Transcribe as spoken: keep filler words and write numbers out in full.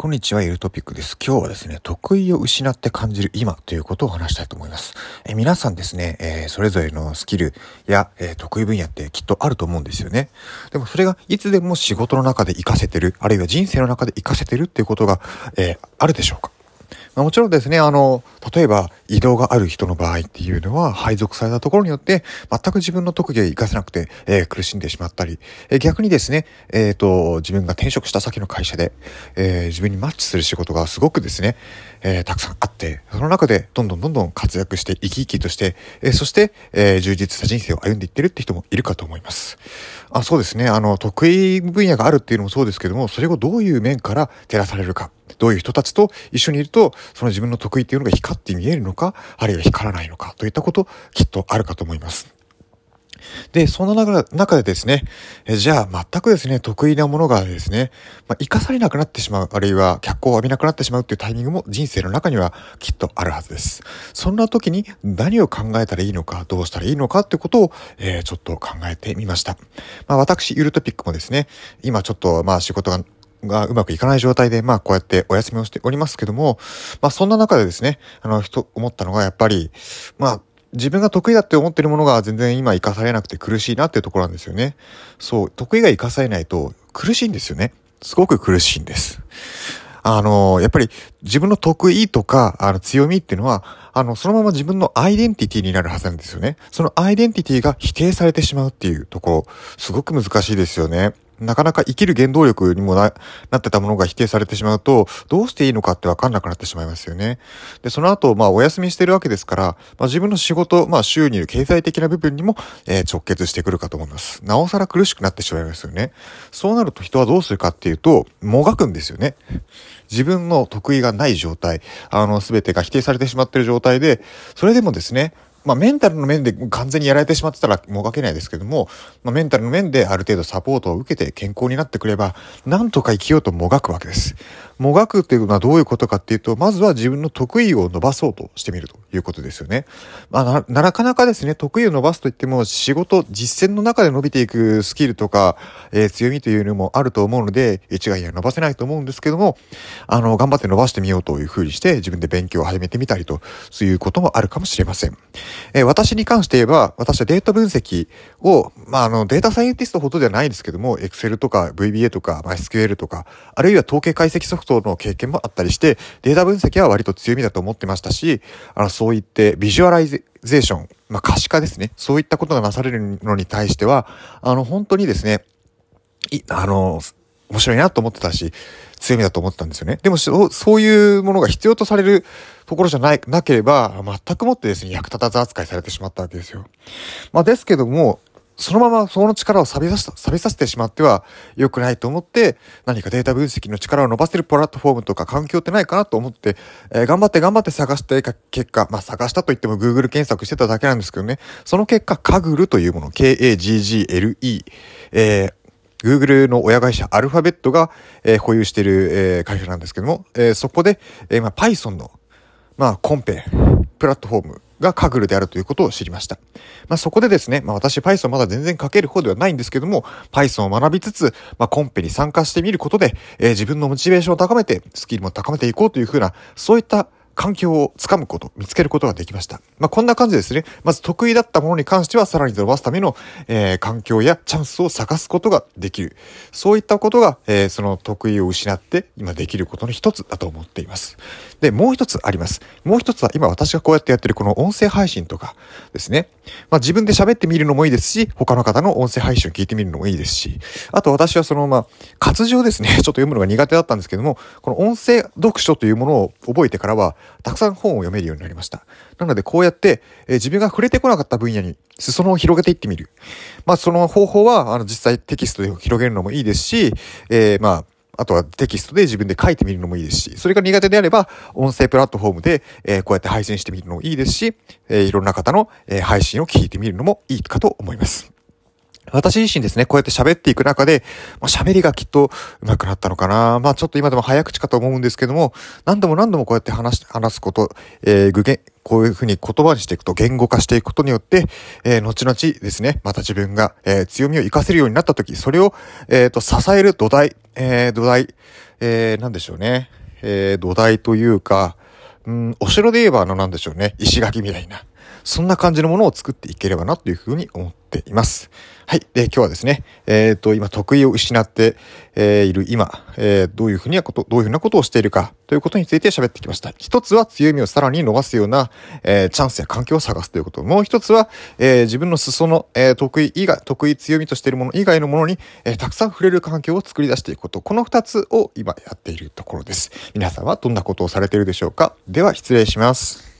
こんにちは、ゆるトピックです。今日はですね、得意を失って感じる今ということを話したいと思います。え皆さんですね、えー、それぞれのスキルや、えー、得意分野ってきっとあると思うんですよね。でもそれがいつでも仕事の中で活かせてる、あるいは人生の中で活かせてるっていうことが、えー、あるでしょうか。まあ、もちろんですね、あの、例えば移動がある人の場合っていうのは配属されたところによって全く自分の特技が活かせなくて、えー、苦しんでしまったり、えー、逆にですね、えっと、自分が転職した先の会社で、えー、自分にマッチする仕事がすごくですね、えー、たくさんあって、その中でどんどんどんどん活躍して生き生きとして、えー、そして、えー、充実した人生を歩んでいってるって人もいるかと思います。あ、そうですね、あの、得意分野があるっていうのもそうですけども、それをどういう面から照らされるか。どういう人たちと一緒にいると、その自分の得意っていうのが光って見えるのか、あるいは光らないのかといったこと、きっとあるかと思います。で、そんな中でですね、えじゃあ全くですね、得意なものがですね、まあ、生かされなくなってしまう、あるいは脚光を浴びなくなってしまうっていうタイミングも人生の中にはきっとあるはずです。そんな時に何を考えたらいいのか、どうしたらいいのかってことを、えー、ちょっと考えてみました。まあ、私、ゆるトピックもですね、今ちょっとまあ仕事ががうまくいかない状態で、まあこうやってお休みをしておりますけども、まあそんな中でですね、あの、人、思ったのがやっぱり、まあ、自分が得意だって思ってるものが全然今活かされなくて苦しいなっていうところなんですよね。そう、得意が活かされないと苦しいんですよね。すごく苦しいんです。あの、やっぱり自分の得意とか、あの、強みっていうのは、あの、そのまま自分のアイデンティティになるはずなんですよね。そのアイデンティティが否定されてしまうっていうところ、すごく難しいですよね。なかなか生きる原動力にもな、なってたものが否定されてしまうと、どうしていいのかってわかんなくなってしまいますよね。で、その後、まあ、お休みしてるわけですから、まあ、自分の仕事、まあ、収入、経済的な部分にも、えー、直結してくるかと思います。なおさら苦しくなってしまいますよね。そうなると人はどうするかっていうと、もがくんですよね。自分の得意がない状態、あの、すべてが否定されてしまっている状態で、それでもですね、まあメンタルの面で完全にやられてしまってたらもがけないですけども、まあメンタルの面である程度サポートを受けて健康になってくれば、なんとか生きようともがくわけです。もがくっていうのはどういうことかっていうと、まずは自分の得意を伸ばそうとしてみるということですよね。まあな、なかなかですね、得意を伸ばすといっても仕事、実践の中で伸びていくスキルとか、えー、強みというのもあると思うので、一概には伸ばせないと思うんですけども、あの、頑張って伸ばしてみようというふうにして自分で勉強を始めてみたりと、そういうこともあるかもしれません。えー、私に関して言えば、私はデータ分析を、まあ、あの、データサイエンティストほどではないですけども、Excel とか ブイビーエー とか、まあ、エスキューエル とか、あるいは統計解析ソフトの経験もあったりして、データ分析は割と強みだと思ってましたし、あの、そういってビジュアライゼーション、まあ、可視化ですね。そういったことがなされるのに対しては、あの、本当にですね、い、あの、面白いなと思ってたし、強みだと思ってたんですよね。でもそ、そういうものが必要とされるところじゃない、なければ、全くもってですね、役立たず扱いされてしまったわけですよ。まあ、ですけども、そのままその力を錆びさせた、錆びさせてしまっては良くないと思って、何かデータ分析の力を伸ばせるプラットフォームとか環境ってないかなと思って、えー、頑張って頑張って探して結果、まあ探したと言っても Google 検索してただけなんですけどね、その結果、カグルというもの、ケーエージージーエルイー、えー、Google の親会社アルファベットが、えー、保有している、えー、会社なんですけども、えー、そこで、えーまあ、Python の、まあ、コンペ、プラットフォームがカグルであるということを知りました。まあ、そこでですね、まあ、私 Python まだ全然書ける方ではないんですけども、Python を学びつつ、まあ、コンペに参加してみることで、えー、自分のモチベーションを高めて、スキルも高めていこうというふうな、そういった環境をつかむこと、見つけることができました。まあ、こんな感じですね。まず得意だったものに関してはさらに伸ばすための、えー、環境やチャンスを探すことができる。そういったことが、えー、その得意を失って今できることの一つだと思っています。で、もう一つあります。もう一つは今私がこうやってやってるこの音声配信とかですね。まあ、自分で喋ってみるのもいいですし、他の方の音声配信を聞いてみるのもいいですし、あと私はそのまあ、活字をですね、ちょっと読むのが苦手だったんですけども、この音声読書というものを覚えてからは、たくさん本を読めるようになりました。なのでこうやって、えー、自分が触れてこなかった分野に裾野を広げていってみる。まあその方法はあの実際テキストで広げるのもいいですし、えー、まああとはテキストで自分で書いてみるのもいいですし、それが苦手であれば音声プラットフォームで、えー、こうやって配信してみるのもいいですし、えー、いろんな方の、えー、配信を聞いてみるのもいいかと思います。私自身ですね、こうやって喋っていく中で、まあ、喋りがきっと上手くなったのかな。まあちょっと今でも早口かと思うんですけども、何度も何度もこうやって話し、話すこと、えー、具現、こういうふうに言葉にしていくと言語化していくことによって、えー、後々ですね、また自分が、えー、強みを活かせるようになったとき、それを、えっと、支える土台、えー、土台、 えー、なんでしょうね。えー、土台というか、うん、お城で言えばあのなんでしょうね。石垣みたいな。そんな感じのものを作っていければなというふうに思っています。はい。で、今日はですね、えっと、今得意を失って、えー、いる今、えー、どういうふうなこと、どういうふうなことをしているかということについて喋ってきました。一つは強みをさらに伸ばすような、えー、チャンスや環境を探すということ。もう一つは、えー、自分の裾の、えー、得意以外、得意強みとしているもの以外のものに、えー、たくさん触れる環境を作り出していくこと。この二つを今やっているところです。皆さんはどんなことをされているでしょうか？では、失礼します。